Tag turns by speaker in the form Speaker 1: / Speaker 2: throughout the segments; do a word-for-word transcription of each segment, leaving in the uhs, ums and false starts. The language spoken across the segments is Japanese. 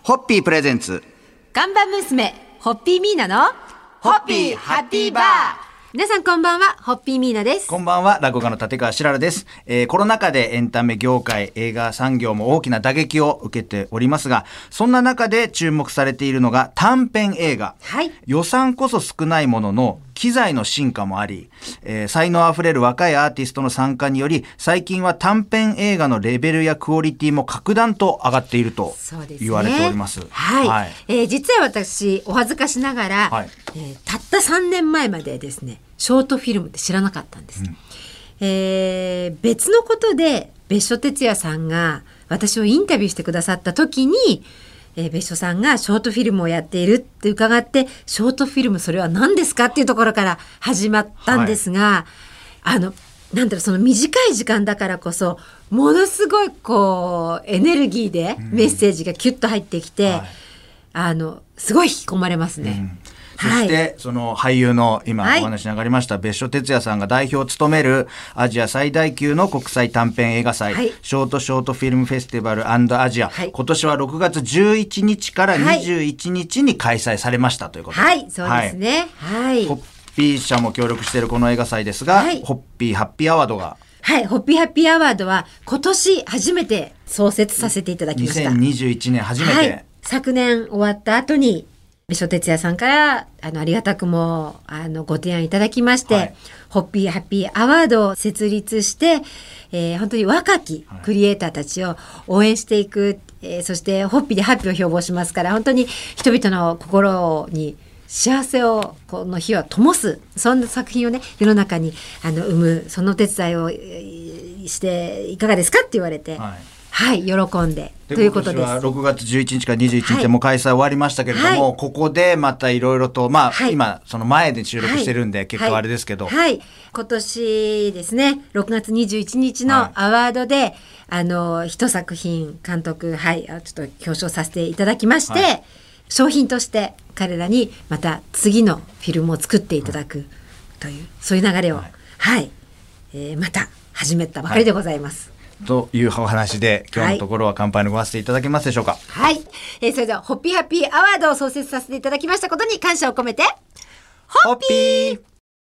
Speaker 1: ホッピープレゼンツ
Speaker 2: 看板娘ホッピーミーナの
Speaker 1: ホッピーハッピーバー。
Speaker 2: 皆さんこんばんは、ホッピーミーナです。
Speaker 1: こんばんは、落語家の立川しららです、えー、コロナ禍でエンタメ業界、映画産業も大きな打撃を受けておりますが、そんな中で注目されているのが短編映画、
Speaker 2: はい、
Speaker 1: 予算こそ少ないものの機材の進化もあり、えー、才能あふれる若いアーティストの参加により、最近は短編映画のレベルやクオリティも格段と上がっていると言われております。
Speaker 2: はい、はい、えー、実は私お恥ずかしながら、はい、えー、たったさんねんまえまでですね、ショートフィルムって知らなかったんです、うん、えー、別のことで別所哲也さんが私をインタビューしてくださった時に、えー、別所さんがショートフィルムをやっているって伺って、ショートフィルムそれは何ですかっていうところから始まったんですが、はい、あのなんだろう、その短い時間だからこそものすごいこうエネルギーでメッセージがキュッと入ってきて、うん、はい、あのすごい引き込まれますね、うん、
Speaker 1: そして、はい、その俳優の今お話に上がりました、はい、別所哲也さんが代表を務めるアジア最大級の国際短編映画祭、はい、ショートショートフィルムフェスティバル&アジア、はい、今年はろくがつじゅういちにちからにじゅういちにちに開催されましたということで、
Speaker 2: はい、そうですね、はい、
Speaker 1: ホッピー社も協力しているこの映画祭ですが、はい、ホッピーハッピーアワードが、
Speaker 2: はい、ホッピーハッピーアワードは今年初めて創設させていただきました。
Speaker 1: にせんにじゅういちねん初めて、はい、
Speaker 2: 昨年終わった後に別所哲也さんからあのありがたくもあのご提案いただきまして、はい、ホッピーハッピーアワードを設立して、えー、本当に若きクリエイターたちを応援していく、はい、えー、そしてホッピーでハッピーを標榜しますから、本当に人々の心に幸せをこの日は灯す、そんな作品をね世の中にあの生む、そのお手伝いをしていかがですかって言われて、はいはい、喜んでということです。
Speaker 1: 今年はろくがつじゅういちにちからにじゅういちにちも開催終わりましたけれども、はい、ここでまたいろいろと、まあ、はい、今その前で収録してるんで、はい、結果はあれですけど、
Speaker 2: はいはい、今年ですねろくがつにじゅういちにちのアワードで、はい、あの一作品監督、はい、ちょっと表彰させていただきまして、はい、商品として彼らにまた次のフィルムを作っていただくという、はい、そういう流れを、はいはい、えー、また始めたばかりでございます、
Speaker 1: はい、というお話で今日のところは乾杯のごわせていただけますでしょうか。
Speaker 2: はい、えー、それではホッピーハッピーアワードを創設させていただきましたことに感謝を込めてホッピー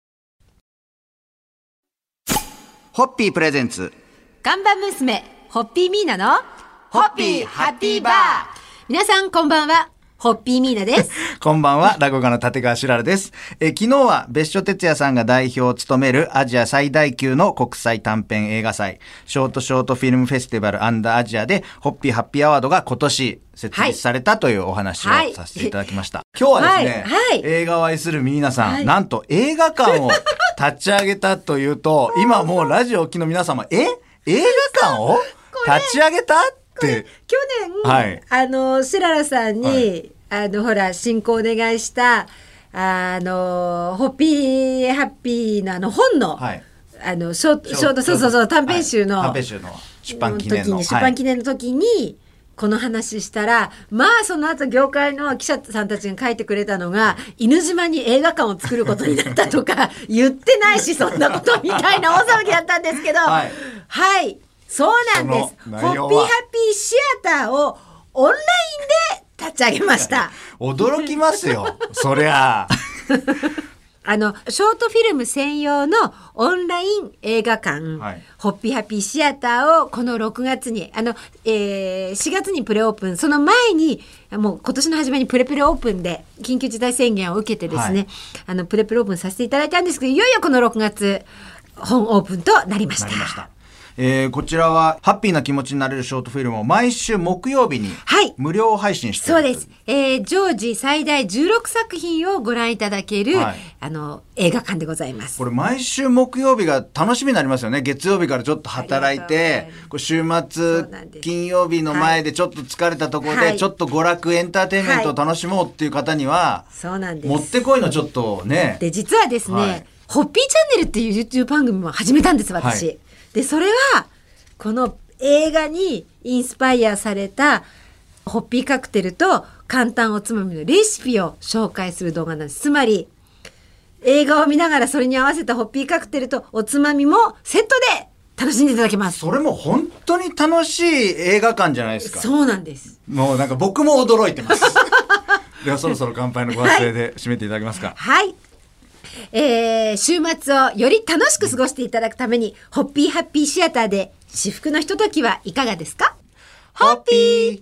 Speaker 1: ホッピープレゼンツ
Speaker 2: 看板娘ホッピーミーナの
Speaker 1: ホッピーハッピーバー。
Speaker 2: 皆さんこんばんは、ホッピーミーナです
Speaker 1: こんばんは、落語家の立川しららです。え昨日は別所哲也さんが代表を務めるアジア最大級の国際短編映画祭ショートショートフィルムフェスティバル&アジアでホッピーハッピーアワードが今年設立されたというお話をさせていただきました、はい、今日はですね、はいはい、映画を愛する皆さん、はい、なんと映画館を立ち上げたというと今もうラジオをお聞きの皆様、え映画館を立ち上げたって
Speaker 2: 去年、はい、あのしららさんに、はい、あのほら進行お願いしたあのホッピーハッピーのあの本の、はい、あのショートショートそうそうそう短編集の、
Speaker 1: はい、短編集の出版記念の
Speaker 2: 出版記念の時に、はい、この話したら、まあその後業界の記者さんたちが書いてくれたのが犬島に映画館を作ることになったとか言ってないしそんなことみたいな大騒ぎだったんですけど、はい、はい、そうなんです。ホッピーハッピーシアターをオンラインで立ち上げました。
Speaker 1: 驚きますよそりゃ
Speaker 2: あのショートフィルム専用のオンライン映画館、はい、ホッピーハッピーシアターをこのろくがつにあの、えー、しがつにプレオープン、その前にもう今年の初めにプレプレオープンで緊急事態宣言を受けてですね、はい、あのプレプレオープンさせていただいたんですけど、いよいよこのろくがつ本オープンとなりました。なりました。
Speaker 1: えー、こちらはハッピーな気持ちになれるショートフィルムを毎週木曜日に無料配信している、
Speaker 2: はい、そうです、えー、常時最大じゅうろくさく品をご覧いただける、はい、あの映画館でございます。
Speaker 1: これ毎週木曜日が楽しみになりますよね。月曜日からちょっと働いてこれ週末金曜日の前でちょっと疲れたところで、はい、ちょっと娯楽エンターテインメントを楽しもうっていう方には、
Speaker 2: そうなんです、
Speaker 1: もってこいのちょっとね。
Speaker 2: で実はですね、はい、ホッピーチャンネルっていう YouTube 番組も始めたんです私、はい、でそれはこの映画にインスパイアされたホッピーカクテルと簡単おつまみのレシピを紹介する動画なんです。つまり映画を見ながらそれに合わせたホッピーカクテルとおつまみもセットで楽しんでいただけます。
Speaker 1: それも本当に楽しい映画館じゃないですか。
Speaker 2: そうなんです。
Speaker 1: もうなんか僕も驚いてますではそろそろ乾杯のご発声で締めていただけますか。
Speaker 2: はい、えー、週末をより楽しく過ごしていただくために、ホッピーハッピーシアターで至福のひとときはいかがですか？
Speaker 1: ホッピー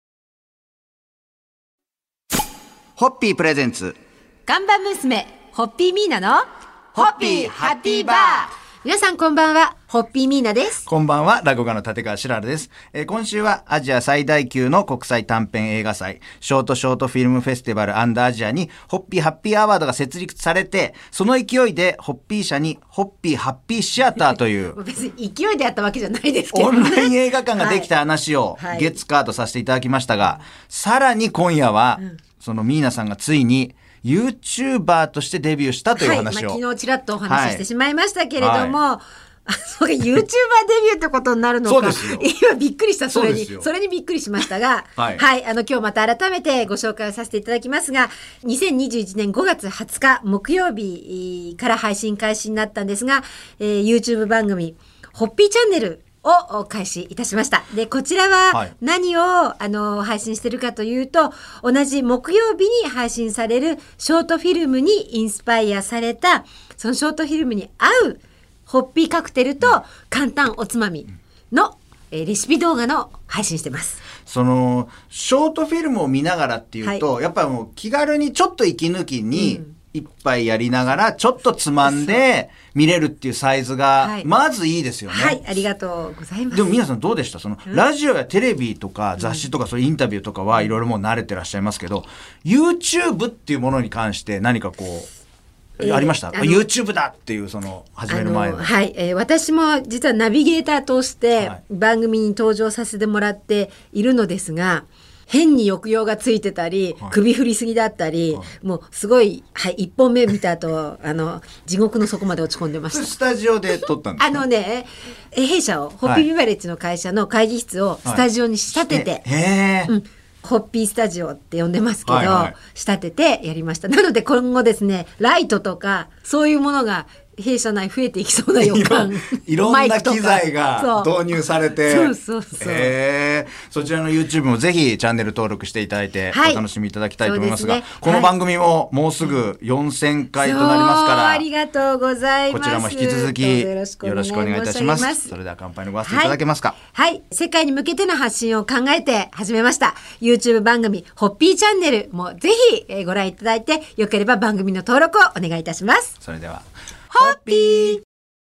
Speaker 1: ホッピープレゼンツ
Speaker 2: 看板娘ホッピーミーナの
Speaker 1: ホッピーハッピーバー。
Speaker 2: 皆さんこんばんは、ホッピーミーナです。
Speaker 1: こんばんは、落語家の立川しららです、えー、今週はアジア最大級の国際短編映画祭ショートショートフィルムフェスティバルアンダーアジアにホッピーハッピーアワードが設立されて、その勢いでホッピー社にホッピーハッピーシアターという
Speaker 2: 別に勢いでやったわけじゃないですけど、
Speaker 1: オンライン映画館ができた話を月カードさせていただきましたが、はいはい、さらに今夜は、うん、そのミーナさんがついにYouTuber としてデビューしたという話を、
Speaker 2: はい、まあ、昨日ちらっとお話ししてしまいましたけれども、はい、あ、それ YouTuber デビューってことになるのか。
Speaker 1: そうですよ。
Speaker 2: 今びっくりした。それにそれにびっくりしましたが、はい、はい、あの今日また改めてご紹介をさせていただきますが、にせんにじゅういちねんごがつはつか木曜日から配信開始になったんですが、えー、YouTube 番組ホッピーチャンネルを開始いたしました。で、こちらは何を、はい、あの配信してるかというと、同じ木曜日に配信されるショートフィルムにインスパイアされた、そのショートフィルムに合うホッピーカクテルと簡単おつまみの、えー、レシピ動画の配信してます。
Speaker 1: そのショートフィルムを見ながらっていうと、はい、やっぱもう気軽にちょっと息抜きに、うん、一杯やりながらちょっとつまんで見れるっていうサイズがまずいいですよね。
Speaker 2: はい、はい、ありがとうございます。
Speaker 1: でも皆さんどうでした？その、うん、ラジオやテレビとか雑誌とか、そういうインタビューとかはいろいろもう慣れてらっしゃいますけど、 YouTube っていうものに関して何かこう、えー、ありました？ YouTube だっていうその始める前の。
Speaker 2: はい、えー、私も実はナビゲーターとして番組に登場させてもらっているのですが、変に抑揚がついてたり、はい、首振りすぎだったり、はい、もうすごい、はい、いっぽんめ見た後あの地獄の底まで落ち込んでました。
Speaker 1: スタジオで撮ったんですか？あ
Speaker 2: のね、弊社をホッピービバレッジの会社の会議室をスタジオに仕立てて、はい、へー、うん、ホッピースタジオって呼んでますけど、はいはい、仕立ててやりました。なので今後ですね、ライトとかそういうものが弊社内増えていきそうな予感。
Speaker 1: いろんな機材が導入されて、
Speaker 2: そうそうそう、
Speaker 1: えー、そちらの YouTube もぜひチャンネル登録していただいて、はい、お楽しみいただきたいと思いますが、す、ね、この番組ももうすぐよんせんかいとなりますから、
Speaker 2: ありがとうございます。
Speaker 1: こちらも引き続きよろしくお願いいたします。それでは乾杯のご発声いただけますか？
Speaker 2: はい、はい、世界に向けての発信を考えて始めました YouTube 番組ホッピーチャンネルもぜひご覧いただいて、よければ番組の登録をお願いいたします。
Speaker 1: それでは
Speaker 2: ホッピー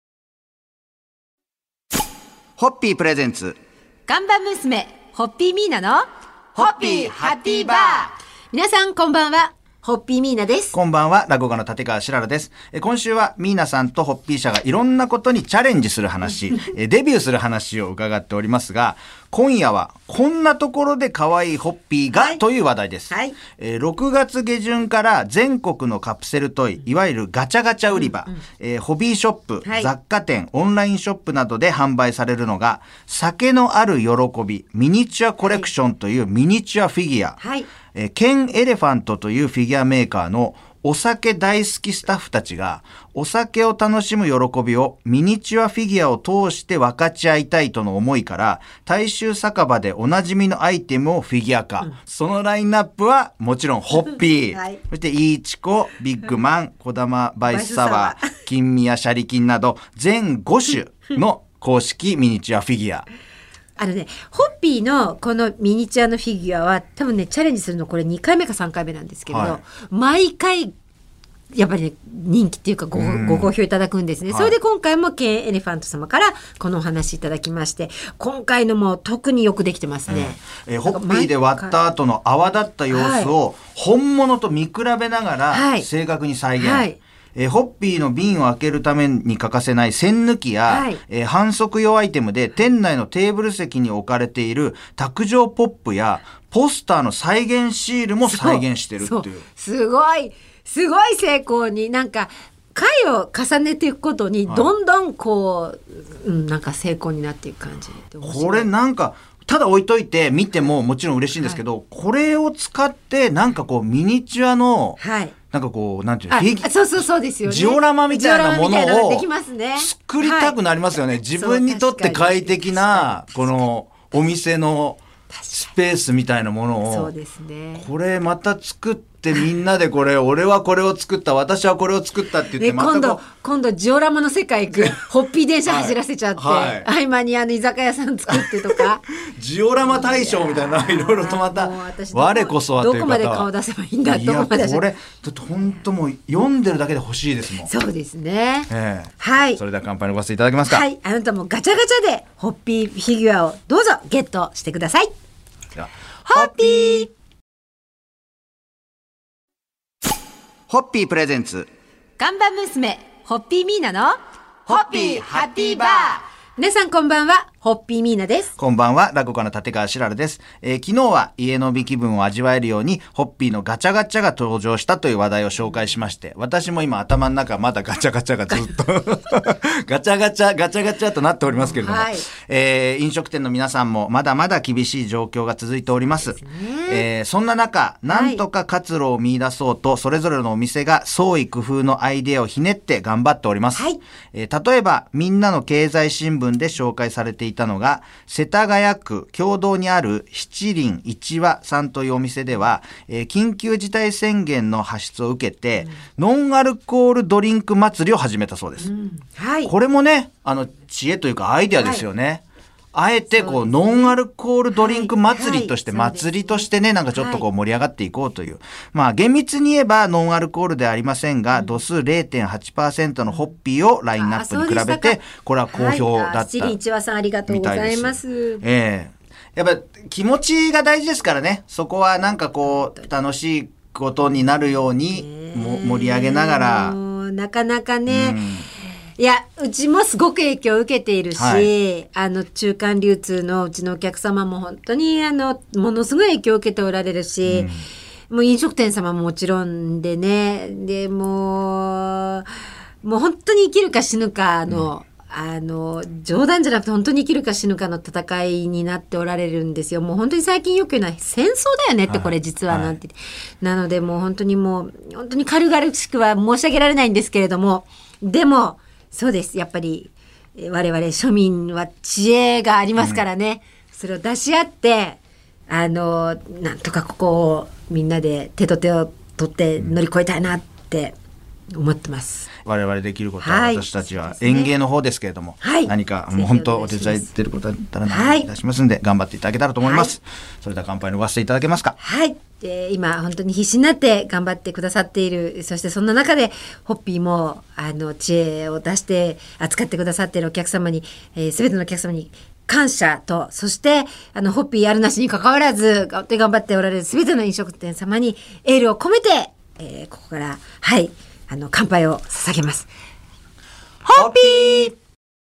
Speaker 1: ホッピープレゼンツ
Speaker 2: 看板娘ホッピーミーナの
Speaker 1: ホッピーハッピーバー。
Speaker 2: 皆さんこんばんは、ホッピーミーナです。
Speaker 1: こんばんは、落語家の立川しららです。え今週はミーナさんとホッピー社がいろんなことにチャレンジする話えデビューする話を伺っておりますが、今夜はこんなところで可愛いホッピーが、はい、という話題です、はい、えー、ろくがつげじゅんから全国のカプセルトイ、いわゆるガチャガチャ売り場、うんうん、えー、ホビーショップ、はい、雑貨店、オンラインショップなどで販売されるのが、酒のある喜びミニチュアコレクションというミニチュアフィギュア、はい、えー、ケンエレファントというフィギュアメーカーのお酒大好きスタッフたちが、お酒を楽しむ喜びをミニチュアフィギュアを通して分かち合いたいとの思いから、大衆酒場でおなじみのアイテムをフィギュア化、うん、そのラインナップはもちろんホッピー、はい、そしてイーチコ、ビッグマン、小玉バイスサワー、金宮シャリキンなど全ごしゅの公式ミニチュアフィギュア。
Speaker 2: あのね、ホッピーのこのミニチュアのフィギュアは多分ね、チャレンジするのこれにかいめかさんかいめなんですけれど、はい、毎回やっぱりね、人気っていうか ご,、うん、ご好評いただくんですね、はい、それで今回もケンエレファント様からこのお話いただきまして、今回のも特によくできてますね、
Speaker 1: うん、えー、ホッピーで割った後の泡立った様子を本物と見比べながら正確に再現、はいはい、えー、ホッピーの瓶を開けるために欠かせない栓抜きや、はい、えー、反則用アイテムで店内のテーブル席に置かれている卓上ポップやポスターの再現シールも再現してるっていう、
Speaker 2: すごいすごい成功に、なんか回を重ねていくことにどんどんこう、はい、うん、なんか成功になっていく感じで、
Speaker 1: これなんかただ置いといて見てももちろん嬉しいんですけど、はい、これを使ってなんかこうミニチュアのなんかこうなんていうのフィギ
Speaker 2: あそうそうそうですよね。
Speaker 1: ジオラマみたいなもの
Speaker 2: ジオラマみたいなの
Speaker 1: を
Speaker 2: できますね。
Speaker 1: 作りたくなりますよね、はい、自分にとって快適なこのお店のスペースみたいなものを
Speaker 2: そうですね。
Speaker 1: これまた作ってみんなでこれ俺はこれを作った私はこれを作ったって言ってまた
Speaker 2: 今度今度ジオラマの世界行くホッピー電車走らせちゃって、
Speaker 1: はいはい、
Speaker 2: 合間にあの居酒屋さん作ってとか
Speaker 1: ジオラマ大賞みたいないろいろとまた我こそはという方は
Speaker 2: どこまで顔出せばいいんだと思
Speaker 1: いやこれ本当もう読んでるだけで欲しいですもん。
Speaker 2: そうですね、
Speaker 1: ええ、
Speaker 2: はい。
Speaker 1: それでは乾杯のごわせていただけますか。
Speaker 2: はい、あなたもガチャガチャでホッピーフィギュアをどうぞゲットしてください。ホッピー
Speaker 1: ホッピープレゼンツ
Speaker 2: 看板娘ホッピーミーナの
Speaker 1: ホッピーハッピーバー。
Speaker 2: 皆さんこんばんは、ホッピーミーナです。
Speaker 1: こんばんは、落語家の立川しららです。えー、昨日は家飲み気分を味わえるようにホッピーのガチャガチャが登場したという話題を紹介しまして、私も今頭の中まだガチャガチャがずっとガチャガチャガチャガチャとなっておりますけれども、はい、えー、飲食店の皆さんもまだまだ厳しい状況が続いております。えー、そんな中なんとか活路を見出そうとそれぞれのお店が創意工夫のアイデアをひねって頑張っております。はい、えー、例えばみんなの経済新聞で紹介されていたのが世田谷区経堂にある七輪一和さんというお店では、えー、緊急事態宣言の発出を受けて、うん、ノンアルコールドリンク祭りを始めたそうです。うん、はい、これもねあの知恵というかアイデアですよね。はい、あえてこうノンアルコールドリンク祭りとして祭りとしてねなんかちょっとこう盛り上がっていこうという、まあ厳密に言えばノンアルコールではありませんが度数 れいてんはちパーセント のホッピーをラインナップに比べてこれは好評だったみたいです。
Speaker 2: 七輪一和さんありがとうございます。
Speaker 1: ええやっぱ気持ちが大事ですからね。そこはなんかこう楽しいことになるようにも盛り上げながら
Speaker 2: なかなかね、うんいやうちもすごく影響を受けているし、はい、あの中間流通のうちのお客様も本当にあのものすごい影響を受けておられるし、うん、もう飲食店様ももちろんでねでもうもう本当に生きるか死ぬかの、うん、あの冗談じゃなくて本当に生きるか死ぬかの戦いになっておられるんですよ。もう本当に最近よく言うのは戦争だよねってこれ実はなんて、はい、なのでもう本当にもう本当に軽々しくは申し上げられないんですけれどもでもそうですやっぱり我々庶民は知恵がありますからね、うん、それを出し合ってあのなんとかここをみんなで手と手を取って乗り越えたいなって思ってます。
Speaker 1: 我々できることは、はい、私たちは園芸の方ですけれども、はい、何かもう本当お手伝いでることだったら何か出しますんで、はい、頑張っていただけたらと思います、はい、それでは乾杯のごわせていただけますか。
Speaker 2: はい、えー、今本当に必死になって頑張ってくださっているそしてそんな中でホッピーもあの知恵を出して扱ってくださっているお客様に、えー、全てのお客様に感謝とそしてあのホッピーあるなしに関わらず頑張っておられる全ての飲食店様にエールを込めて、えー、ここからはいあの乾杯を捧げます。ホッピー